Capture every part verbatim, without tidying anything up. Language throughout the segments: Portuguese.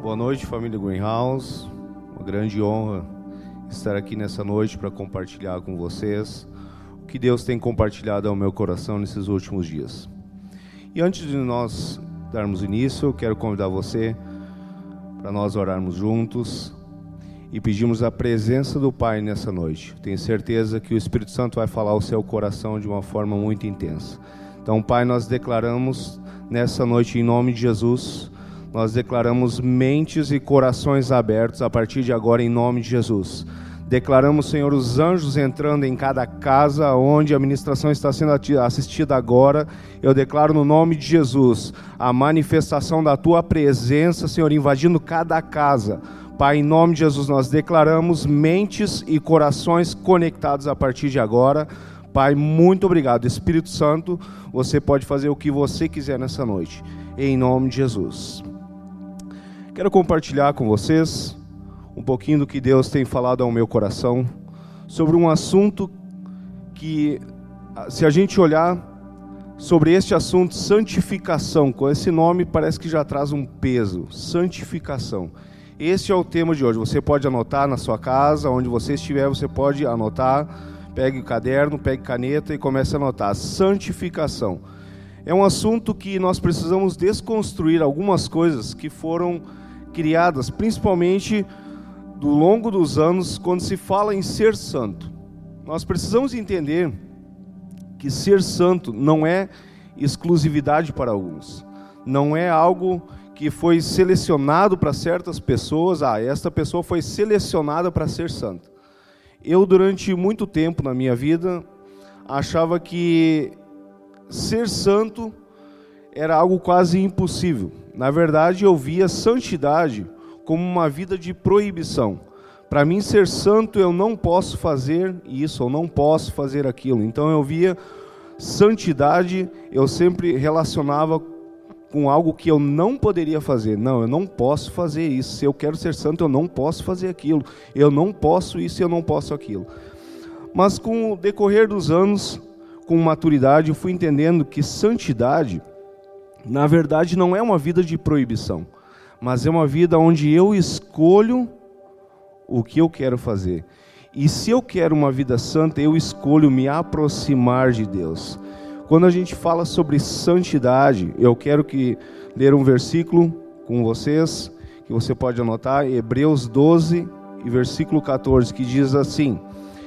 Boa noite, família Greenhouse. Uma grande honra estar aqui nessa noite para compartilhar com vocês o que Deus tem compartilhado ao meu coração nesses últimos dias. E antes de nós darmos início, eu quero convidar você para nós orarmos juntos e pedirmos a presença do Pai nessa noite. Tenho certeza que o Espírito Santo vai falar ao seu coração de uma forma muito intensa. Então, Pai, nós declaramos nessa noite, em nome de Jesus, nós declaramos mentes e corações abertos a partir de agora, em nome de Jesus. Declaramos, Senhor, os anjos entrando em cada casa onde a ministração está sendo assistida agora. Eu declaro no nome de Jesus a manifestação da Tua presença, Senhor, invadindo cada casa. Pai, em nome de Jesus, nós declaramos mentes e corações conectados a partir de agora. Pai, muito obrigado. Espírito Santo, você pode fazer o que você quiser nessa noite, em nome de Jesus. Quero compartilhar com vocês um pouquinho do que Deus tem falado ao meu coração sobre um assunto que, se a gente olhar sobre este assunto, santificação, com esse nome parece que já traz um peso, santificação. Este é o tema de hoje. Você pode anotar na sua casa, onde você estiver, você pode anotar, pegue o caderno, pegue caneta e comece a anotar, santificação. É um assunto que nós precisamos desconstruir algumas coisas que foram criadas, principalmente do longo dos anos, quando se fala em ser santo. Nós precisamos entender que ser santo não é exclusividade para alguns. Não é algo que foi selecionado para certas pessoas. Ah, esta pessoa foi selecionada para ser santa. Eu, durante muito tempo na minha vida, achava que ser santo era algo quase impossível. Na verdade, eu via santidade como uma vida de proibição. Para mim, ser santo, eu não posso fazer isso, eu não posso fazer aquilo. Então, eu via santidade, eu sempre relacionava com algo que eu não poderia fazer. Não, eu não posso fazer isso. Se eu quero ser santo, eu não posso fazer aquilo. Eu não posso isso, eu não posso aquilo. Mas com o decorrer dos anos, com maturidade, eu fui entendendo que santidade, na verdade, não é uma vida de proibição, mas é uma vida onde eu escolho o que eu quero fazer. E se eu quero uma vida santa, eu escolho me aproximar de Deus. Quando a gente fala sobre santidade, eu quero que ler um versículo com vocês, que você pode anotar, Hebreus doze, e versículo catorze, que diz assim: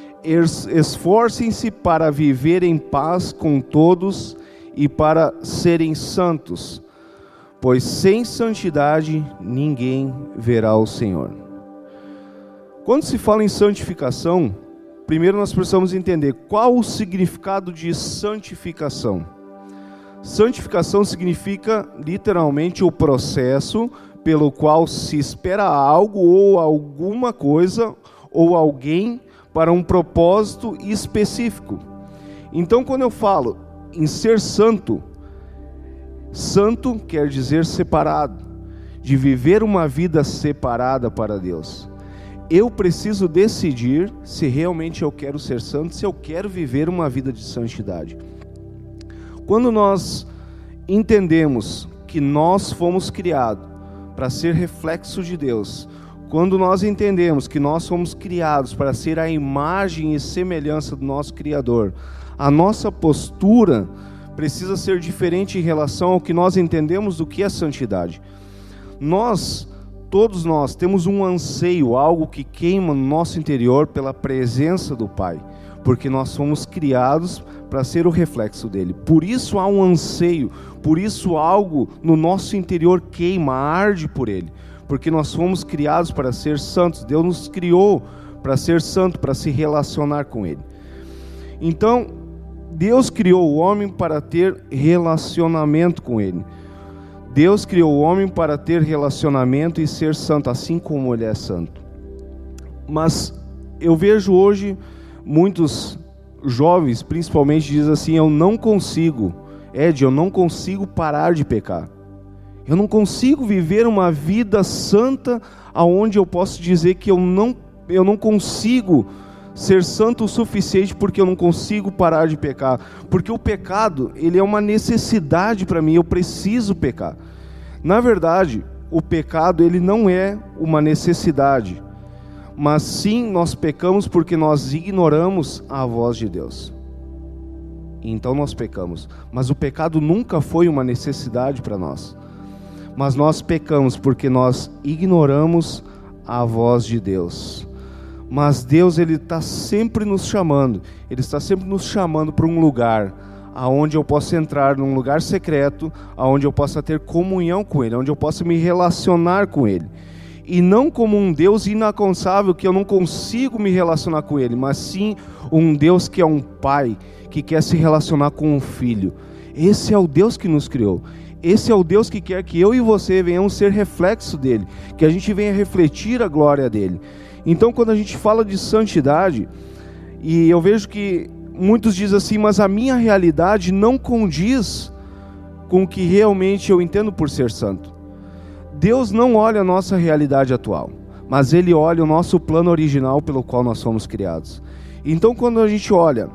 esforcem-se para viver em paz com todos e para serem santos, pois sem santidade ninguém verá o Senhor. Quando se fala em santificação, primeiro nós precisamos entender qual o significado de santificação. Santificação significa literalmente o processo pelo qual se espera algo ou alguma coisa ou alguém para um propósito específico. Então, quando eu falo em ser santo, santo quer dizer separado, de viver uma vida separada para Deus. Eu preciso decidir se realmente eu quero ser santo, se eu quero viver uma vida de santidade. Quando nós entendemos que nós fomos criados para ser reflexo de Deus, quando nós entendemos que nós fomos criados para ser a imagem e semelhança do nosso Criador, a nossa postura precisa ser diferente em relação ao que nós entendemos do que é santidade. Nós, todos nós, temos um anseio, algo que queima no nosso interior pela presença do Pai, porque nós fomos criados para ser o reflexo dele. Por isso há um anseio, por isso algo no nosso interior queima, arde por ele, porque nós fomos criados para ser santos. Deus nos criou para ser santo, para se relacionar com ele. Então, Deus criou o homem para ter relacionamento com ele. Deus criou o homem para ter relacionamento e ser santo, assim como ele é santo. Mas eu vejo hoje muitos jovens, principalmente, dizem assim: eu não consigo, Ed, eu não consigo parar de pecar. Eu não consigo viver uma vida santa aonde eu posso dizer que eu não, eu não consigo ser santo o suficiente, porque eu não consigo parar de pecar, porque o pecado, ele é uma necessidade para mim, eu preciso pecar. Na verdade, o pecado ele não é uma necessidade, mas sim nós pecamos porque nós ignoramos a voz de Deus. Então nós pecamos, mas o pecado nunca foi uma necessidade para nós. Mas nós pecamos porque nós ignoramos a voz de Deus. Mas Deus ele está sempre nos chamando, Ele está sempre nos chamando para um lugar aonde eu possa entrar, num lugar secreto, aonde eu possa ter comunhão com Ele, onde eu possa me relacionar com Ele. E não como um Deus inalcançável que eu não consigo me relacionar com Ele, mas sim um Deus que é um Pai, que quer se relacionar com um Filho. Esse é o Deus que nos criou. Esse é o Deus que quer que eu e você venhamos ser reflexo dEle, que a gente venha refletir a glória dEle. Então, quando a gente fala de santidade, e eu vejo que muitos dizem assim, mas a minha realidade não condiz com o que realmente eu entendo por ser santo. Deus não olha a nossa realidade atual, mas Ele olha o nosso plano original pelo qual nós fomos criados. Então, quando a gente olha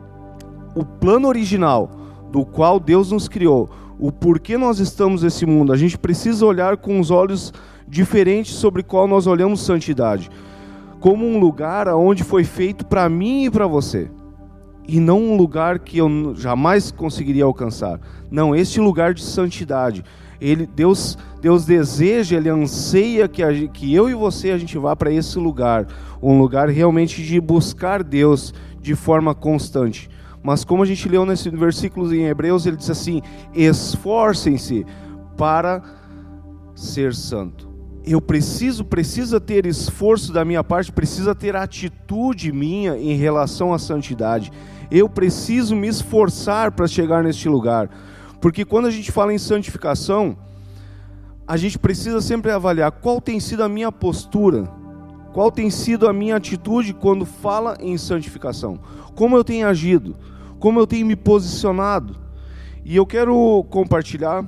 o plano original do qual Deus nos criou, o porquê nós estamos nesse mundo, a gente precisa olhar com os olhos diferentes sobre qual nós olhamos santidade, como um lugar onde foi feito para mim e para você, e não um lugar que eu jamais conseguiria alcançar. Não, este lugar de santidade, ele, Deus, Deus deseja, Ele anseia que, a, que eu e você a gente vá para esse lugar, um lugar realmente de buscar Deus de forma constante. Mas como a gente leu nesse versículo em Hebreus, ele diz assim, esforcem-se para ser santo. Eu preciso, precisa ter esforço da minha parte, precisa ter atitude minha em relação à santidade. Eu preciso me esforçar para chegar neste lugar. Porque quando a gente fala em santificação, a gente precisa sempre avaliar qual tem sido a minha postura, qual tem sido a minha atitude quando fala em santificação. Como eu tenho agido, como eu tenho me posicionado. E eu quero compartilhar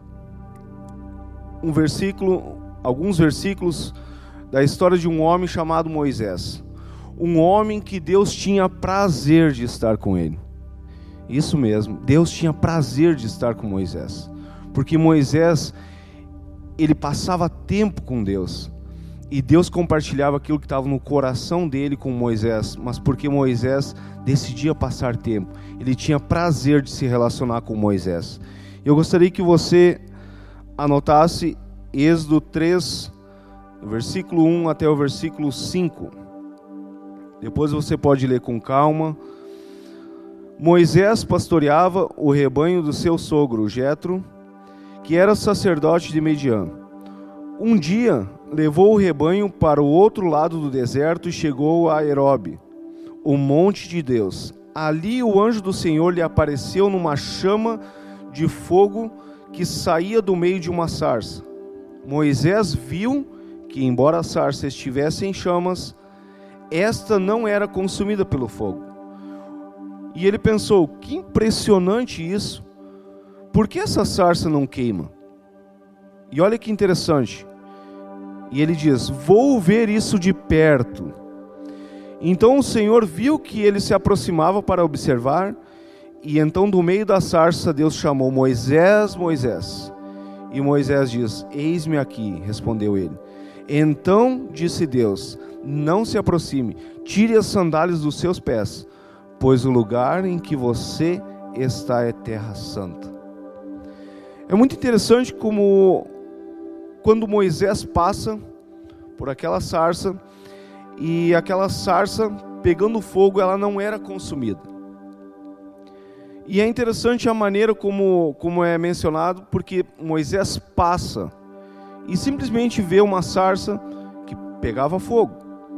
um versículo, alguns versículos da história de um homem chamado Moisés. Um homem que Deus tinha prazer de estar com ele. Isso mesmo, Deus tinha prazer de estar com Moisés. Porque Moisés, ele passava tempo com Deus. E Deus compartilhava aquilo que estava no coração dele com Moisés, mas porque Moisés decidia passar tempo, ele tinha prazer de se relacionar com Moisés. Eu gostaria que você anotasse Êxodo três, versículo um até o versículo cinco. Depois você pode ler com calma. Moisés pastoreava o rebanho do seu sogro Jetro, que era sacerdote de Midian. Um dia levou o rebanho para o outro lado do deserto e chegou a Herobe, o monte de Deus. Ali o anjo do Senhor lhe apareceu numa chama de fogo que saía do meio de uma sarça. Moisés viu que, embora a sarça estivesse em chamas, esta não era consumida pelo fogo. E ele pensou, que impressionante isso! Por que essa sarça não queima? E olha que interessante. E ele diz, vou ver isso de perto. Então o Senhor viu que ele se aproximava para observar, e então do meio da sarça Deus chamou, Moisés, Moisés. E Moisés diz, eis-me aqui, respondeu ele. Então disse Deus, não se aproxime, tire as sandálias dos seus pés, pois o lugar em que você está é terra santa. É muito interessante como quando Moisés passa por aquela sarça, e aquela sarça pegando fogo, ela não era consumida. E é interessante a maneira como, como é mencionado, porque Moisés passa e simplesmente vê uma sarça que pegava fogo.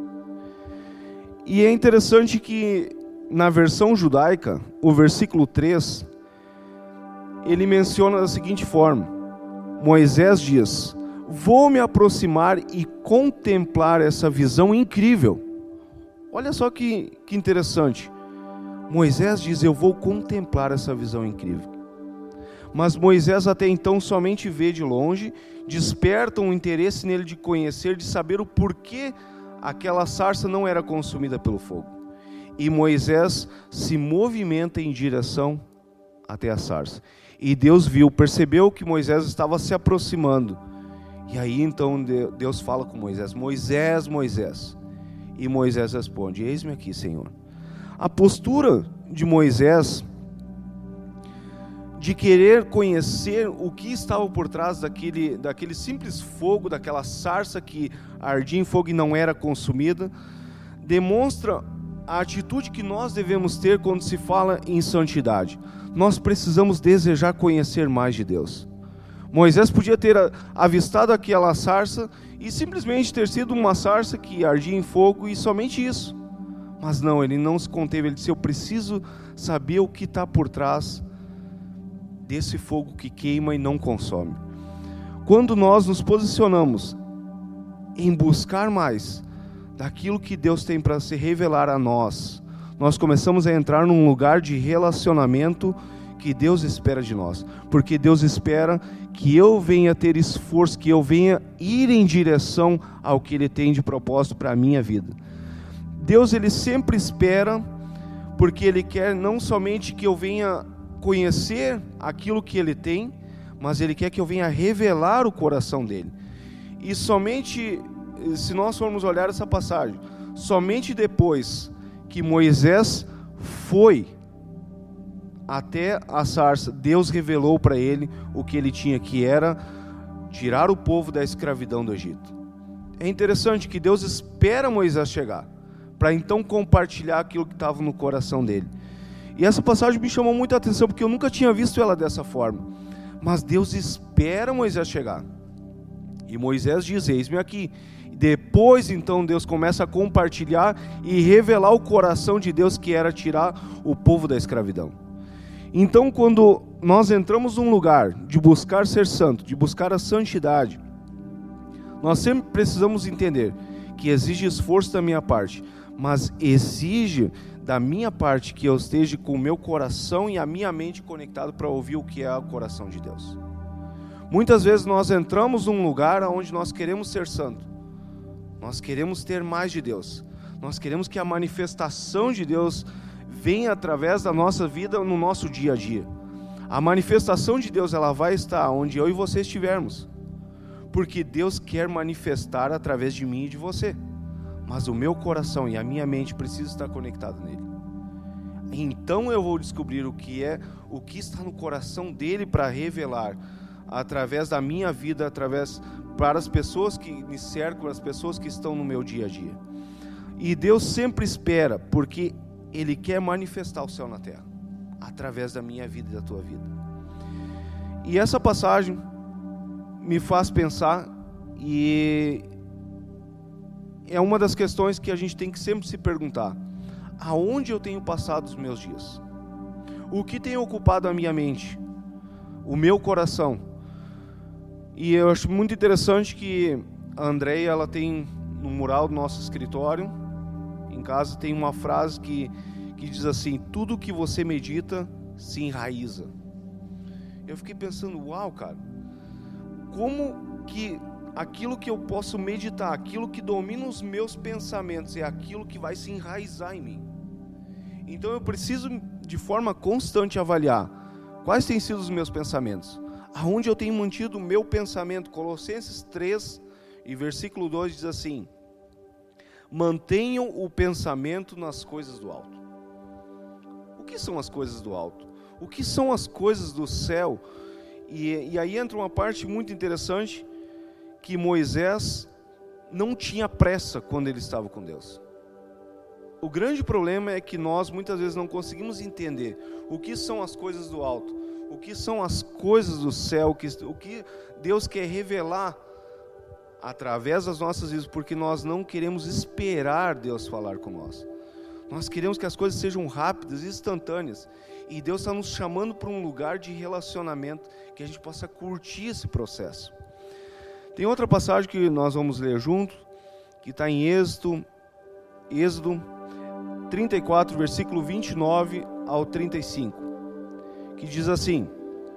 E é interessante que na versão judaica, o versículo três, ele menciona da seguinte forma, Moisés diz, vou me aproximar e contemplar essa visão incrível. Olha só que, que interessante. Moisés diz, eu vou contemplar essa visão incrível. Mas Moisés até então somente vê de longe, desperta um interesse nele de conhecer, de saber o porquê aquela sarça não era consumida pelo fogo. E Moisés se movimenta em direção até a sarça. E Deus viu, percebeu que Moisés estava se aproximando. E aí então Deus fala com Moisés: Moisés, Moisés. E Moisés responde: eis-me aqui, Senhor. A postura de Moisés de querer conhecer o que estava por trás daquele, daquele simples fogo, daquela sarça que ardia em fogo e não era consumida, demonstra a atitude que nós devemos ter quando se fala em santidade. Nós precisamos desejar conhecer mais de Deus. Moisés podia ter avistado aquela sarça e simplesmente ter sido uma sarça que ardia em fogo e somente isso. Mas não, ele não se conteve, ele disse: eu preciso saber o que está por trás desse fogo que queima e não consome. Quando nós nos posicionamos em buscar mais daquilo que Deus tem para se revelar a nós, nós começamos a entrar num lugar de relacionamento que Deus espera de nós, porque Deus espera que eu venha ter esforço, que eu venha ir em direção ao que Ele tem de propósito para a minha vida. Deus, Ele sempre espera, porque Ele quer não somente que eu venha conhecer aquilo que Ele tem, mas Ele quer que eu venha revelar o coração dEle. E somente, se nós formos olhar essa passagem, somente depois que Moisés foi até a sarça, Deus revelou para ele o que ele tinha, que era tirar o povo da escravidão do Egito. É interessante que Deus espera Moisés chegar, para então compartilhar aquilo que estava no coração dele. E essa passagem me chamou muita atenção, porque eu nunca tinha visto ela dessa forma. Mas Deus espera Moisés chegar. E Moisés diz: eis-me aqui. Depois então Deus começa a compartilhar e revelar o coração de Deus, que era tirar o povo da escravidão. Então, quando nós entramos num lugar de buscar ser santo, de buscar a santidade, nós sempre precisamos entender que exige esforço da minha parte, mas exige da minha parte que eu esteja com o meu coração e a minha mente conectado para ouvir o que é o coração de Deus. Muitas vezes nós entramos num lugar onde nós queremos ser santo, nós queremos ter mais de Deus, nós queremos que a manifestação de Deus venha através da nossa vida no nosso dia a dia. A manifestação de Deus, ela vai estar onde eu e você estivermos, porque Deus quer manifestar através de mim e de você, mas o meu coração e a minha mente precisam estar conectados nele. Então eu vou descobrir o que é, o que está no coração dele para revelar através da minha vida, através para as pessoas que me cercam, as pessoas que estão no meu dia a dia. E Deus sempre espera, porque Ele quer manifestar o céu na terra, através da minha vida e da tua vida. E essa passagem me faz pensar, e é uma das questões que a gente tem que sempre se perguntar: aonde eu tenho passado os meus dias? O que tem ocupado a minha mente, o meu coração? E eu acho muito interessante que a Andréia, ela tem no mural do nosso escritório, em casa, tem uma frase que, que diz assim: tudo que você medita se enraiza. Eu fiquei pensando, uau, cara, como que aquilo que eu posso meditar, aquilo que domina os meus pensamentos, é aquilo que vai se enraizar em mim. Então eu preciso de forma constante avaliar quais têm sido os meus pensamentos, aonde eu tenho mantido o meu pensamento. Colossenses três e versículo dois diz assim: mantenham o pensamento nas coisas do alto. O que são as coisas do alto? O que são as coisas do céu? E, e aí entra uma parte muito interessante, que Moisés não tinha pressa quando ele estava com Deus. O grande problema é que nós muitas vezes não conseguimos entender o que são as coisas do alto, o que são as coisas do céu, o que, o que Deus quer revelar através das nossas vidas, porque nós não queremos esperar Deus falar com nós. Nós queremos que as coisas sejam rápidas e instantâneas, e Deus está nos chamando para um lugar de relacionamento, que a gente possa curtir esse processo. Tem outra passagem que nós vamos ler junto, que está em Êxodo, Êxodo trinta e quatro, versículo vinte e nove ao trinta e cinco, que diz assim: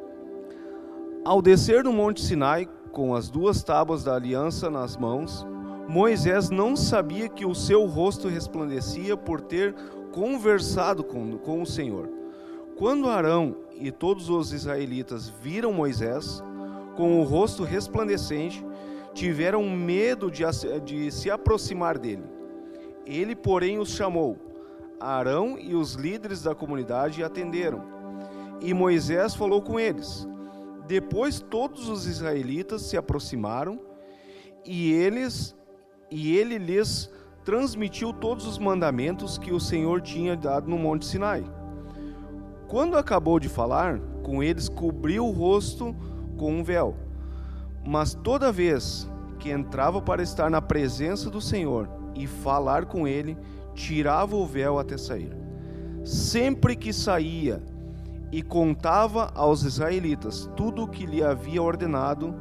ao descer do monte Sinai, com as duas tábuas da aliança nas mãos, Moisés não sabia que o seu rosto resplandecia por ter conversado com, com o Senhor. Quando Arão e todos os israelitas viram Moisés com o rosto resplandecente, tiveram medo de, de se aproximar dele. Ele, porém, os chamou. Arão e os líderes da comunidade atenderam. E Moisés falou com eles. Depois todos os israelitas se aproximaram e, eles, e ele lhes transmitiu todos os mandamentos que o Senhor tinha dado no Monte Sinai. Quando acabou de falar, com eles cobriu o rosto com um véu. Mas toda vez que entrava para estar na presença do Senhor e falar com ele, tirava o véu até sair. Sempre que saía e contava aos israelitas tudo o que lhe havia ordenado,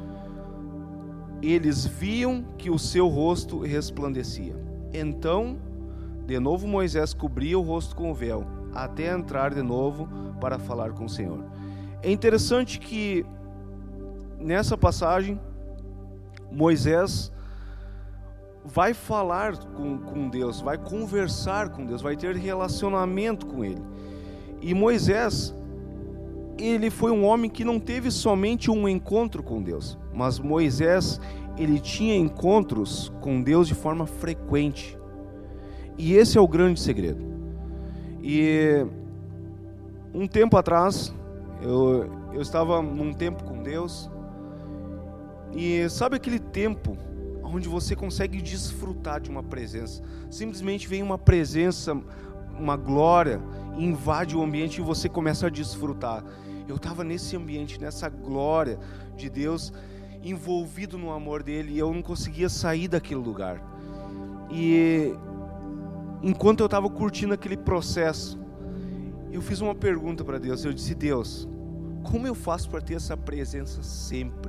eles viam que o seu rosto resplandecia. Então, de novo Moisés cobria o rosto com o véu, até entrar de novo para falar com o Senhor. É interessante que nessa passagem Moisés vai falar com, com Deus, vai conversar com Deus, vai ter relacionamento com Ele. E Moisés, ele foi um homem que não teve somente um encontro com Deus, mas Moisés, ele tinha encontros com Deus de forma frequente. E esse é o grande segredo. E um tempo atrás, eu, eu estava num tempo com Deus, e sabe aquele tempo onde você consegue desfrutar de uma presença? Simplesmente vem uma presença, uma glória, invade o ambiente e você começa a desfrutar. Eu estava nesse ambiente, nessa glória de Deus, envolvido no amor dele, e eu não conseguia sair daquele lugar. E enquanto eu estava curtindo aquele processo, eu fiz uma pergunta para Deus. Eu disse: Deus, como eu faço para ter essa presença sempre?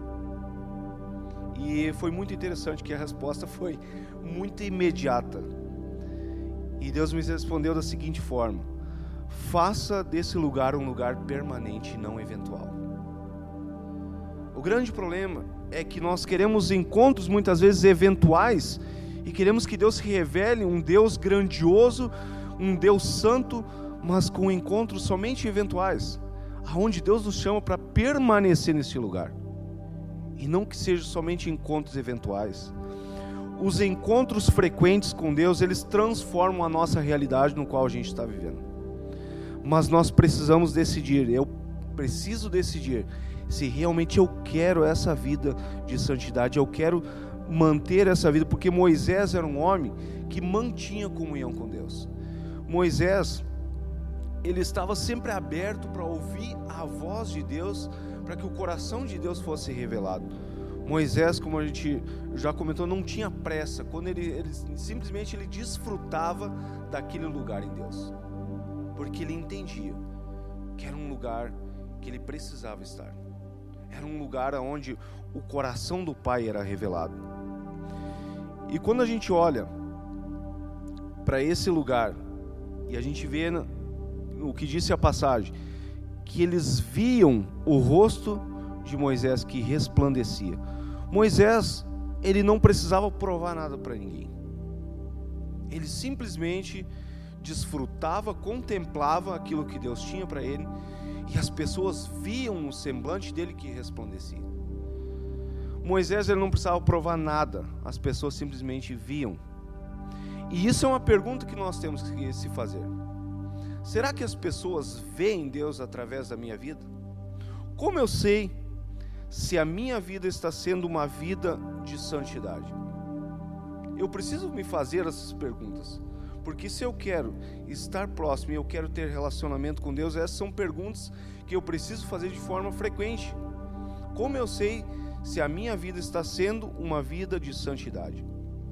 E foi muito interessante que a resposta foi muito imediata. E Deus me respondeu da seguinte forma: faça desse lugar um lugar permanente e não eventual. O grande problema é que nós queremos encontros muitas vezes eventuais e queremos que Deus se revele um Deus grandioso, um Deus santo, mas com encontros somente eventuais, aonde Deus nos chama para permanecer nesse lugar. E não que sejam somente encontros eventuais. Os encontros frequentes com Deus, eles transformam a nossa realidade no qual a gente está vivendo. Mas nós precisamos decidir, eu preciso decidir, se realmente eu quero essa vida de santidade, eu quero manter essa vida, porque Moisés era um homem que mantinha comunhão com Deus. Moisés, ele estava sempre aberto para ouvir a voz de Deus, para que o coração de Deus fosse revelado. Moisés, como a gente já comentou, não tinha pressa. Quando ele, ele simplesmente ele desfrutava daquele lugar em Deus, porque ele entendia que era um lugar que ele precisava estar. Era um lugar onde o coração do Pai era revelado. E quando a gente olha para esse lugar e a gente vê o que disse a passagem, que eles viam o rosto de Moisés que resplandecia. Moisés, ele não precisava provar nada para ninguém. Ele simplesmente desfrutava, contemplava aquilo que Deus tinha para ele, e as pessoas viam o semblante dele que resplandecia. Moisés, ele não precisava provar nada, as pessoas simplesmente viam. E isso é uma pergunta que nós temos que se fazer. Será que as pessoas veem Deus através da minha vida? Como eu sei se a minha vida está sendo uma vida de santidade? Eu preciso me fazer essas perguntas, porque se eu quero estar próximo e eu quero ter relacionamento com Deus, essas são perguntas que eu preciso fazer de forma frequente. Como eu sei se a minha vida está sendo uma vida de santidade?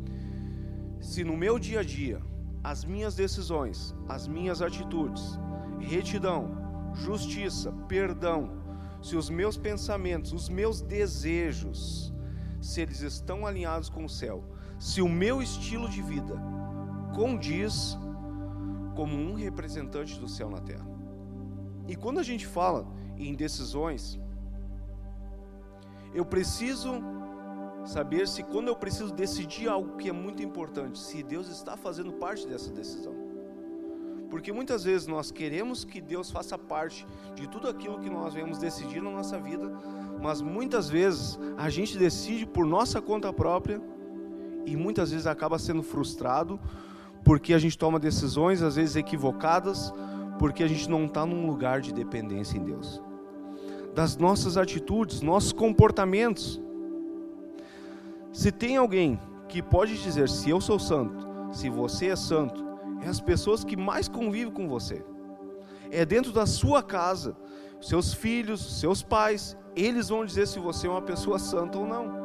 Se no meu dia a dia, as minhas decisões, as minhas atitudes, retidão, justiça, perdão, se os meus pensamentos, os meus desejos, se eles estão alinhados com o céu, se o meu estilo de vida condiz como um representante do céu na terra. E quando a gente fala em decisões, eu preciso saber se quando eu preciso decidir algo que é muito importante, se Deus está fazendo parte dessa decisão. Porque muitas vezes nós queremos que Deus faça parte de tudo aquilo que nós vamos decidir na nossa vida, mas muitas vezes a gente decide por nossa conta própria e muitas vezes acaba sendo frustrado porque a gente toma decisões às vezes equivocadas, porque a gente não está num lugar de dependência em Deus. Das nossas atitudes, nossos comportamentos. Se tem alguém que pode dizer se eu sou santo, se você é santo, é as pessoas que mais convivem com você. É dentro da sua casa, seus filhos, seus pais, eles vão dizer se você é uma pessoa santa ou não.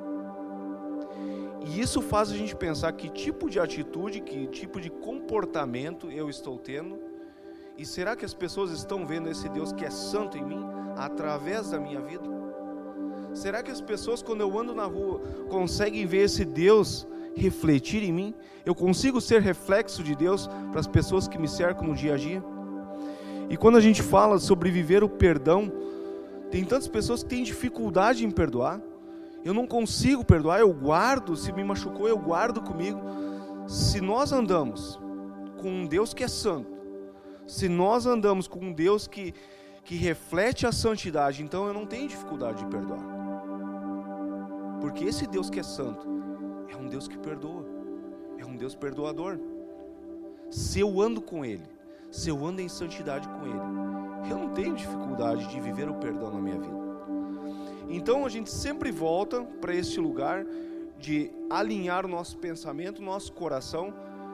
E isso faz a gente pensar que tipo de atitude, que tipo de comportamento eu estou tendo. E será que as pessoas estão vendo esse Deus que é santo em mim, através da minha vida? Será que as pessoas, quando eu ando na rua, conseguem ver esse Deus refletir em mim? Eu consigo ser reflexo de Deus para as pessoas que me cercam no dia a dia? E quando a gente fala sobre viver o perdão, tem tantas pessoas que têm dificuldade em perdoar. Eu não consigo perdoar, eu guardo, se me machucou, eu guardo comigo. Se nós andamos com um Deus que é santo, se nós andamos com um Deus que, que reflete a santidade, então eu não tenho dificuldade de perdoar. Porque esse Deus que é santo é um Deus que perdoa, é um Deus perdoador. Se eu ando com Ele, se eu ando em santidade com Ele, eu não tenho dificuldade de viver o perdão na minha vida. Então a gente sempre volta para este lugar de alinhar o nosso pensamento, nosso coração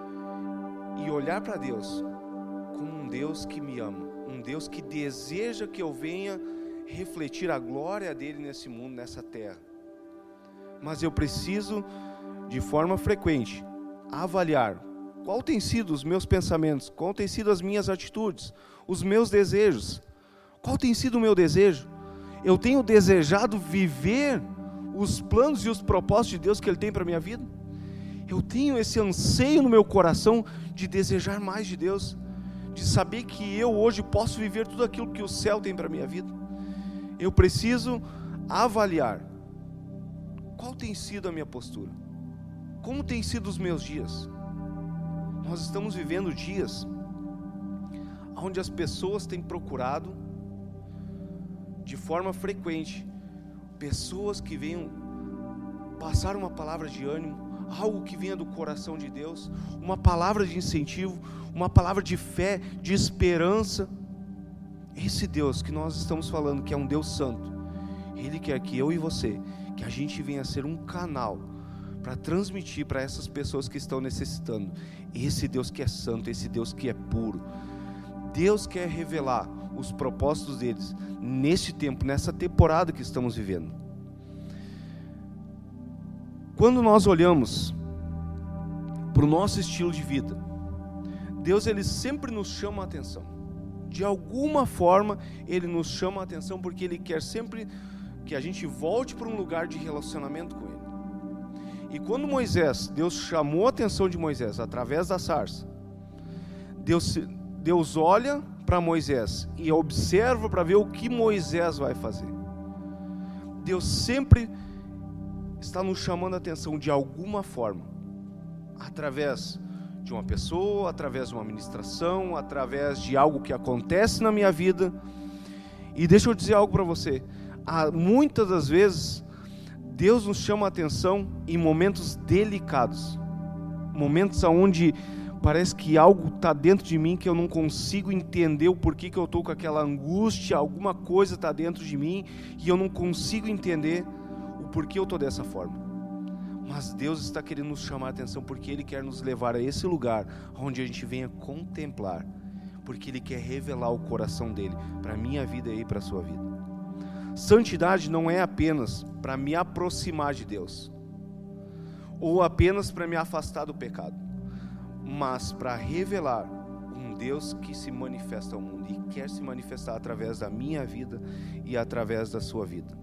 e olhar para Deus como um Deus que me ama, um Deus que deseja que eu venha refletir a glória dele nesse mundo, nessa terra. Mas eu preciso, de forma frequente, avaliar qual tem sido os meus pensamentos, qual tem sido as minhas atitudes, os meus desejos. Qual tem sido o meu desejo? Eu tenho desejado viver os planos e os propósitos de Deus que Ele tem para a minha vida? Eu tenho esse anseio no meu coração de desejar mais de Deus, de saber que eu hoje posso viver tudo aquilo que o céu tem para a minha vida? Eu preciso avaliar qual tem sido a minha postura, como tem sido os meus dias. Nós estamos vivendo dias onde as pessoas têm procurado de forma frequente pessoas que venham passar uma palavra de ânimo, algo que venha do coração de Deus, uma palavra de incentivo, uma palavra de fé, de esperança. Esse Deus que nós estamos falando, que é um Deus santo, Ele quer que eu e você, que a gente venha a ser um canal para transmitir para essas pessoas que estão necessitando esse Deus que é santo, esse Deus que é puro. Deus quer revelar os propósitos deles neste tempo, nessa temporada que estamos vivendo. Quando nós olhamos para o nosso estilo de vida, Deus ele sempre nos chama a atenção. De alguma forma Ele nos chama a atenção, porque Ele quer sempre que a gente volte para um lugar de relacionamento com Ele. E quando Moisés, Deus chamou a atenção de Moisés através da sarça, Deus, Deus olha para Moisés e observa para ver o que Moisés vai fazer. Deus sempre está nos chamando a atenção de alguma forma, através de uma pessoa, através de uma ministração, através de algo que acontece na minha vida. E deixa eu dizer algo para você, há, muitas das vezes Deus nos chama a atenção em momentos delicados, momentos onde parece que algo está dentro de mim que eu não consigo entender o porquê que eu estou com aquela angústia, alguma coisa está dentro de mim e eu não consigo entender o porquê eu estou dessa forma. Mas Deus está querendo nos chamar a atenção, porque Ele quer nos levar a esse lugar onde a gente venha contemplar, porque Ele quer revelar o coração dEle para a minha vida e para a sua vida. Santidade não é apenas para me aproximar de Deus, ou apenas para me afastar do pecado, mas para revelar um Deus que se manifesta ao mundo e quer se manifestar através da minha vida e através da sua vida.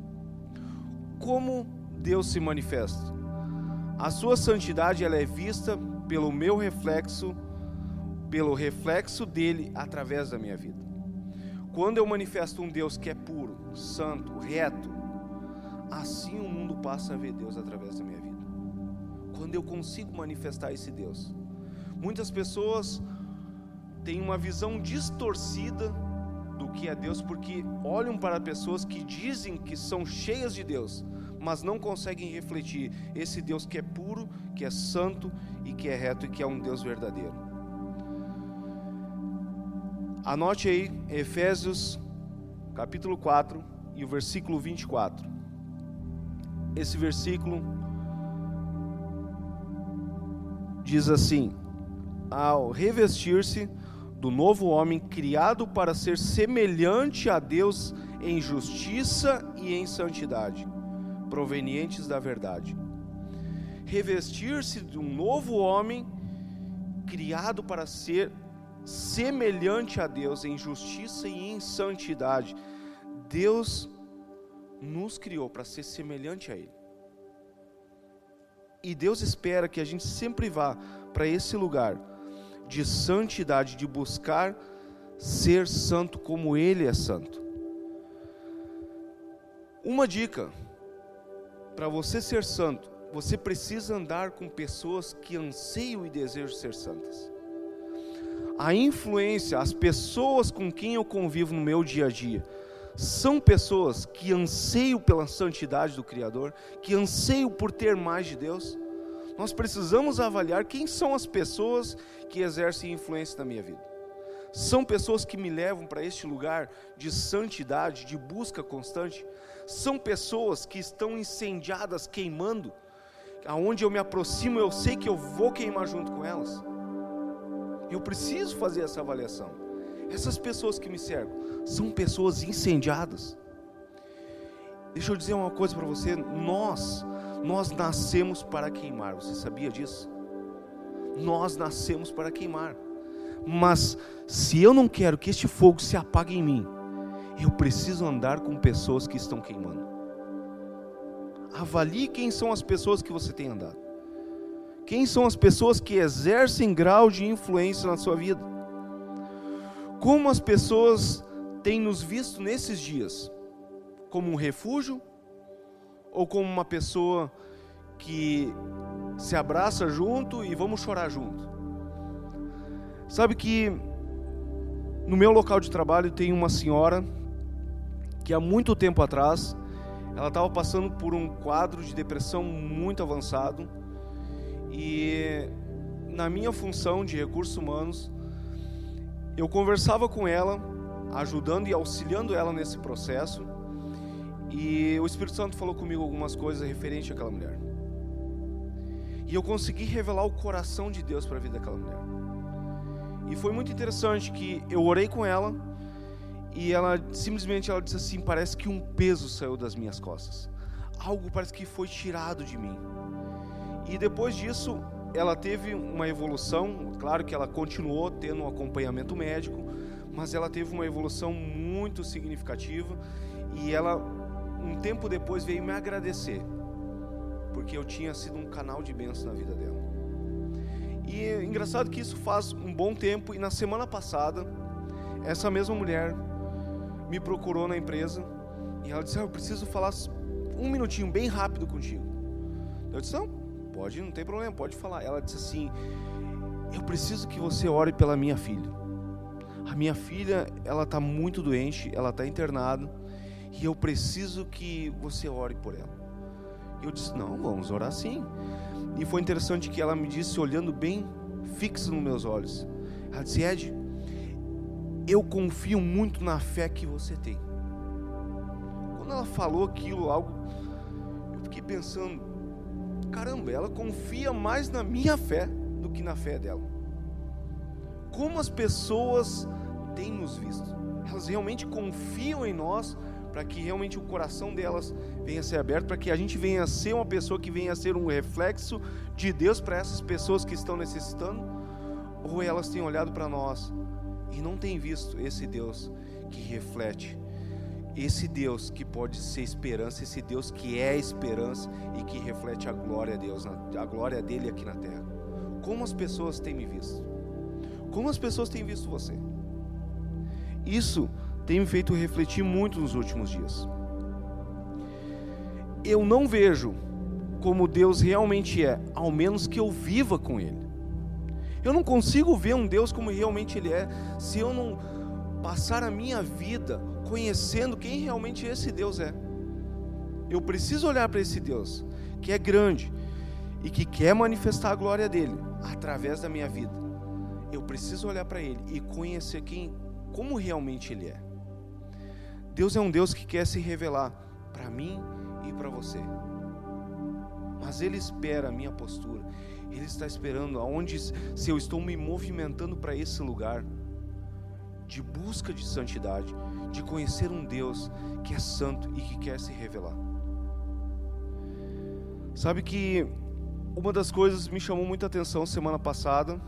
Como Deus se manifesta? A sua santidade ela é vista pelo meu reflexo, pelo reflexo dele através da minha vida. Quando eu manifesto um Deus que é puro, santo, reto, assim o mundo passa a ver Deus através da minha vida. Quando eu consigo manifestar esse Deus. Muitas pessoas têm uma visão distorcida do que é Deus, porque olham para pessoas que dizem que são cheias de Deus, mas não conseguem refletir esse Deus que é puro, que é santo e que é reto e que é um Deus verdadeiro. Anote aí, Efésios capítulo quatro e o versículo vinte e quatro. Esse versículo diz assim: ao revestir-se do novo homem, criado para ser semelhante a Deus em justiça e em santidade, provenientes da verdade. Revestir-se de um novo homem, criado para ser semelhante a Deus em justiça e em santidade. Deus nos criou para ser semelhante a Ele. E Deus espera que a gente sempre vá para esse lugar de santidade, de buscar ser santo como Ele é santo. Uma dica: para você ser santo, você precisa andar com pessoas que anseiam e desejam ser santas. A influência, as pessoas com quem eu convivo no meu dia a dia, são pessoas que anseiam pela santidade do Criador, que anseiam por ter mais de Deus. Nós precisamos avaliar quem são as pessoas que exercem influência na minha vida. São pessoas que me levam para este lugar de santidade, de busca constante. São pessoas que estão incendiadas, queimando, aonde eu me aproximo, eu sei que eu vou queimar junto com elas. Eu preciso fazer essa avaliação. Essas pessoas que me cercam são pessoas incendiadas. Deixa eu dizer uma coisa para você: nós, nós nascemos para queimar. Você sabia disso? Nós nascemos para queimar. Mas se eu não quero que este fogo se apague em mim, eu preciso andar com pessoas que estão queimando. Avalie quem são as pessoas que você tem andado. Quem são as pessoas que exercem grau de influência na sua vida? Como as pessoas têm nos visto nesses dias? Como um refúgio? Ou como uma pessoa que se abraça junto e vamos chorar junto? Sabe que no meu local de trabalho tem uma senhora que há muito tempo atrás ela estava passando por um quadro de depressão muito avançado, e na minha função de recursos humanos eu conversava com ela, ajudando e auxiliando ela nesse processo, e o Espírito Santo falou comigo algumas coisas referente àquela mulher, e eu consegui revelar o coração de Deus para a vida daquela mulher. E foi muito interessante que eu orei com ela e ela simplesmente ela disse assim: parece que um peso saiu das minhas costas, algo parece que foi tirado de mim. E depois disso ela teve uma evolução. Claro que ela continuou tendo um acompanhamento médico, mas ela teve uma evolução muito significativa, e ela um tempo depois veio me agradecer, porque eu tinha sido um canal de bênção na vida dela. E é engraçado que isso faz um bom tempo, e na semana passada essa mesma mulher me procurou na empresa e ela disse: ah, eu preciso falar um minutinho bem rápido contigo. Eu disse: não, pode, não tem problema, pode falar. Ela disse assim: eu preciso que você ore pela minha filha. A minha filha, ela está muito doente, ela está internada, e eu preciso que você ore por ela. Eu disse: não, vamos orar sim. E foi interessante que ela me disse, olhando bem fixo nos meus olhos, ela disse: Ed, eu confio muito na fé que você tem. Quando ela falou aquilo, algo, eu fiquei pensando: caramba, ela confia mais na minha fé do que na fé dela. Como as pessoas têm nos visto? Elas realmente confiam em nós, para que realmente o coração delas venha a ser aberto, para que a gente venha a ser uma pessoa que venha a ser um reflexo de Deus para essas pessoas que estão necessitando? Ou elas têm olhado para nós e não têm visto esse Deus que reflete, esse Deus que pode ser esperança, esse Deus que é esperança e que reflete a glória de Deus, a glória dele aqui na terra? Como as pessoas têm me visto? Como as pessoas têm visto você? Isso tem me feito refletir muito nos últimos dias. Eu não vejo como Deus realmente é, ao menos que eu viva com Ele. Eu não consigo ver um Deus como realmente Ele é, se eu não passar a minha vida conhecendo quem realmente esse Deus é. Eu preciso olhar para esse Deus, que é grande, e que quer manifestar a glória dEle, através da minha vida. Eu preciso olhar para Ele e conhecer quem, como realmente Ele é. Deus é um Deus que quer se revelar para mim e para você. Mas Ele espera a minha postura. Ele está esperando aonde, se eu estou me movimentando para esse lugar de busca de santidade, de conhecer um Deus que é santo e que quer se revelar. Sabe que uma das coisas que me chamou muita atenção semana passada,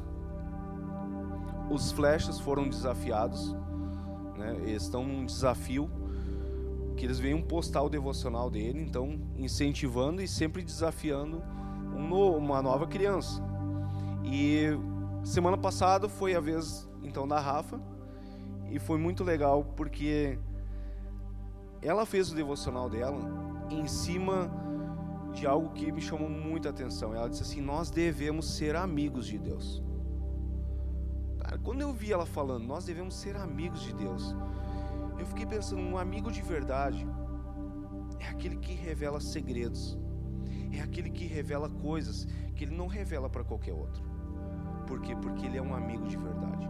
os flechas foram desafiados, né? Eles estão num desafio, que eles veem um postal devocional dele, então incentivando e sempre desafiando um no, uma nova criança. E semana passada foi a vez então da Rafa, e foi muito legal porque ela fez o devocional dela em cima de algo que me chamou muita atenção. Ela disse assim: nós devemos ser amigos de Deus. Cara, quando eu vi ela falando, nós devemos ser amigos de Deus, eu fiquei pensando, um amigo de verdade é aquele que revela segredos, é aquele que revela coisas que ele não revela para qualquer outro. Por quê? Porque ele é um amigo de verdade.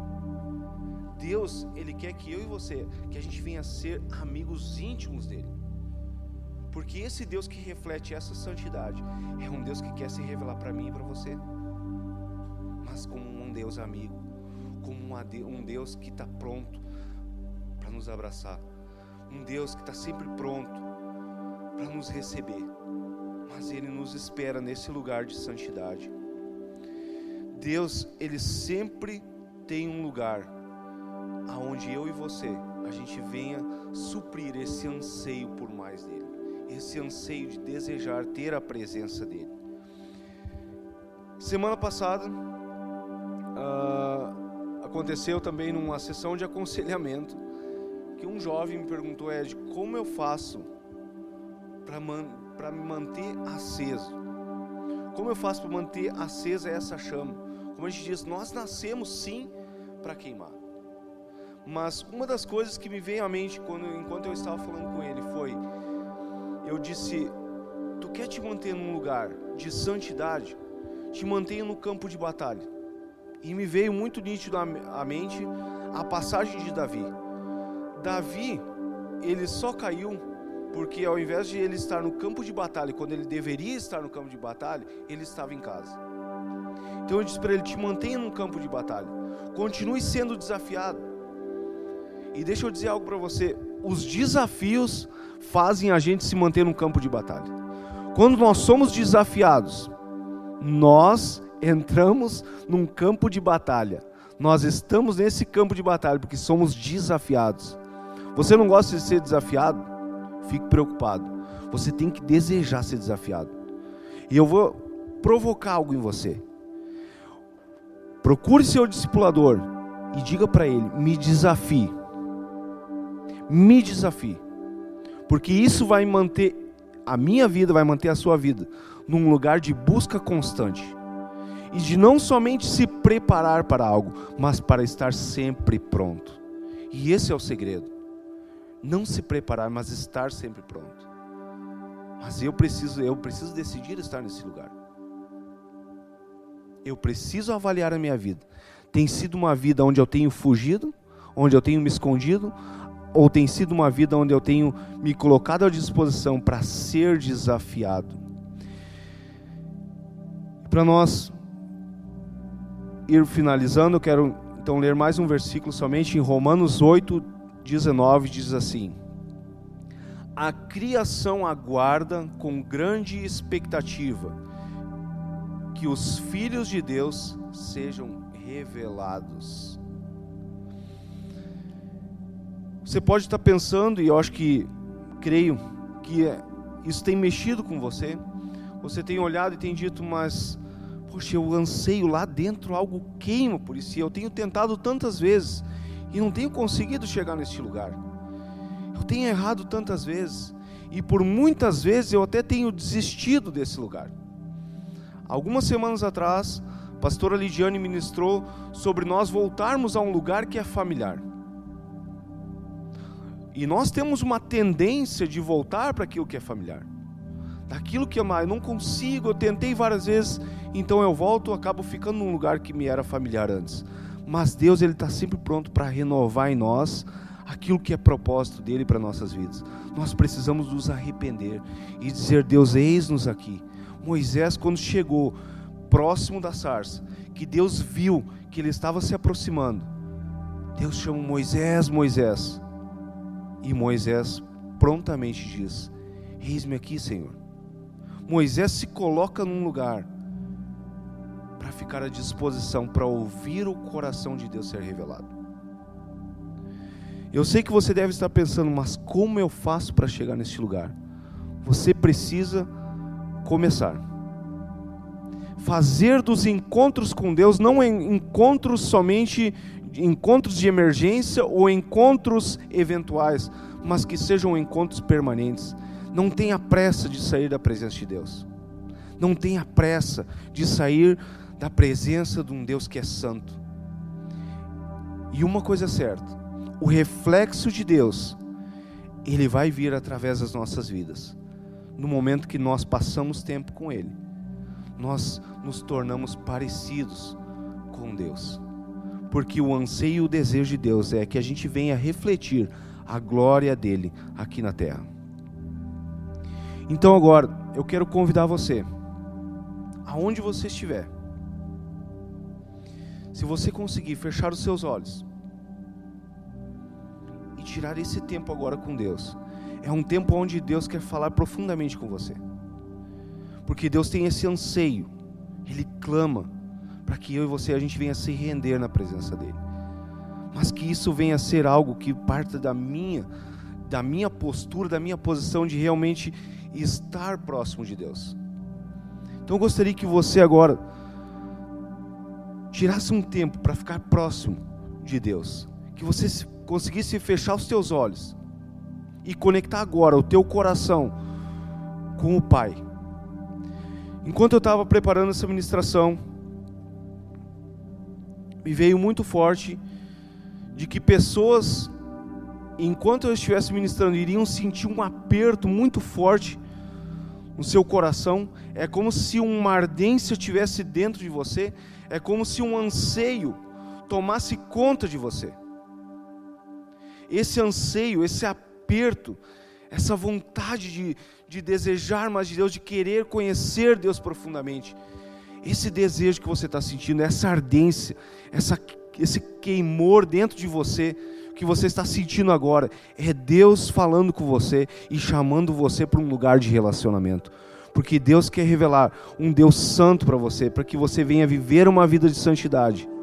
Deus, Ele quer que eu e você, que a gente venha a ser amigos íntimos dEle. Porque esse Deus que reflete essa santidade é um Deus que quer se revelar para mim e para você. Mas como um Deus amigo, como um Deus que está pronto para nos abraçar. Um Deus que está sempre pronto para nos receber. Mas Ele nos espera nesse lugar de santidade. Deus, Ele sempre tem um lugar aonde eu e você, a gente venha suprir esse anseio por mais dEle, esse anseio de desejar ter a presença dEle. Semana passada uh, aconteceu também numa sessão de aconselhamento que um jovem me perguntou: Ed, como eu faço para man, para me manter aceso? Como eu faço para manter acesa essa chama? Como a gente diz, nós nascemos sim para queimar. Mas uma das coisas que me veio à mente quando, enquanto eu estava falando com ele foi, eu disse: tu quer te manter num lugar de santidade? Te mantenha no campo de batalha. E me veio muito nítido à mente a passagem de Davi. Davi, ele só caiu porque ao invés de ele estar no campo de batalha, quando ele deveria estar no campo de batalha, ele estava em casa. Então eu disse para ele: te mantenha no campo de batalha, continue sendo desafiado. E deixa eu dizer algo para você, os desafios fazem a gente se manter no campo de batalha. Quando nós somos desafiados, nós entramos num campo de batalha. Nós estamos nesse campo de batalha porque somos desafiados. Você não gosta de ser desafiado? Fique preocupado. Você tem que desejar ser desafiado. E eu vou provocar algo em você. Procure seu discipulador e diga para ele: me desafie. Me desafie, porque isso vai manter a minha vida, vai manter a sua vida num lugar de busca constante e de não somente se preparar para algo, mas para estar sempre pronto. E esse é o segredo, não se preparar, mas estar sempre pronto. Mas eu preciso, eu preciso decidir estar nesse lugar. Eu preciso avaliar a minha vida. Tem sido uma vida onde eu tenho fugido, onde eu tenho me escondido, ou tem sido uma vida onde eu tenho me colocado à disposição para ser desafiado? Para nós ir finalizando, eu quero então ler mais um versículo somente em Romanos oito, dezenove, diz assim: a criação aguarda com grande expectativa que os filhos de Deus sejam revelados. Você pode estar pensando, e eu acho que, creio, que isso tem mexido com você. Você tem olhado e tem dito, mas, poxa, eu anseio lá dentro, algo queima por isso. Eu tenho tentado tantas vezes e não tenho conseguido chegar neste lugar. Eu tenho errado tantas vezes e por muitas vezes eu até tenho desistido desse lugar. Algumas semanas atrás, A pastora Lidiane ministrou sobre nós voltarmos a um lugar que é familiar. E nós temos uma tendência de voltar para aquilo que é familiar. Daquilo que é mais, eu não consigo, eu tentei várias vezes, então eu volto, eu acabo ficando num lugar que me era familiar antes. Mas Deus, Ele está sempre pronto para renovar em nós aquilo que é propósito dEle para nossas vidas. Nós precisamos nos arrepender e dizer: Deus, eis-nos aqui. Moisés, quando chegou próximo da sarça, que Deus viu que ele estava se aproximando, Deus chama: Moisés, Moisés. E Moisés prontamente diz: eis-me aqui, Senhor. Moisés se coloca num lugar para ficar à disposição, para ouvir o coração de Deus ser revelado. Eu sei que você deve estar pensando: mas como eu faço para chegar neste lugar? Você precisa começar. Fazer dos encontros com Deus não encontros somente encontros de emergência ou encontros eventuais, mas que sejam encontros permanentes. Não tenha pressa de sair da presença de Deus. Não tenha pressa de sair da presença de um Deus que é santo. E uma coisa é certa: o reflexo de Deus, ele vai vir através das nossas vidas. No momento que nós passamos tempo com Ele, nós nos tornamos parecidos com Deus. Porque o anseio e o desejo de Deus é que a gente venha refletir a glória dEle aqui na terra. Então agora, eu quero convidar você, aonde você estiver, se você conseguir fechar os seus olhos e tirar esse tempo agora com Deus, é um tempo onde Deus quer falar profundamente com você. Porque Deus tem esse anseio, Ele clama para que eu e você, a gente venha se render na presença dEle. Mas que isso venha a ser algo que parte da minha, da minha postura, da minha posição de realmente estar próximo de Deus. Então eu gostaria que você agora tirasse um tempo para ficar próximo de Deus. Que você conseguisse fechar os teus olhos e conectar agora o teu coração com o Pai. Enquanto eu estava preparando essa ministração, me veio muito forte de que pessoas, enquanto eu estivesse ministrando, iriam sentir um aperto muito forte no seu coração. É como se uma ardência estivesse dentro de você, é como se um anseio tomasse conta de você. Esse anseio, esse aperto, essa vontade de, de desejar mais de Deus, de querer conhecer Deus profundamente, esse desejo que você está sentindo, essa ardência, essa, esse queimor dentro de você, que você está sentindo agora, é Deus falando com você e chamando você para um lugar de relacionamento. Porque Deus quer revelar um Deus santo para você, para que você venha viver uma vida de santidade.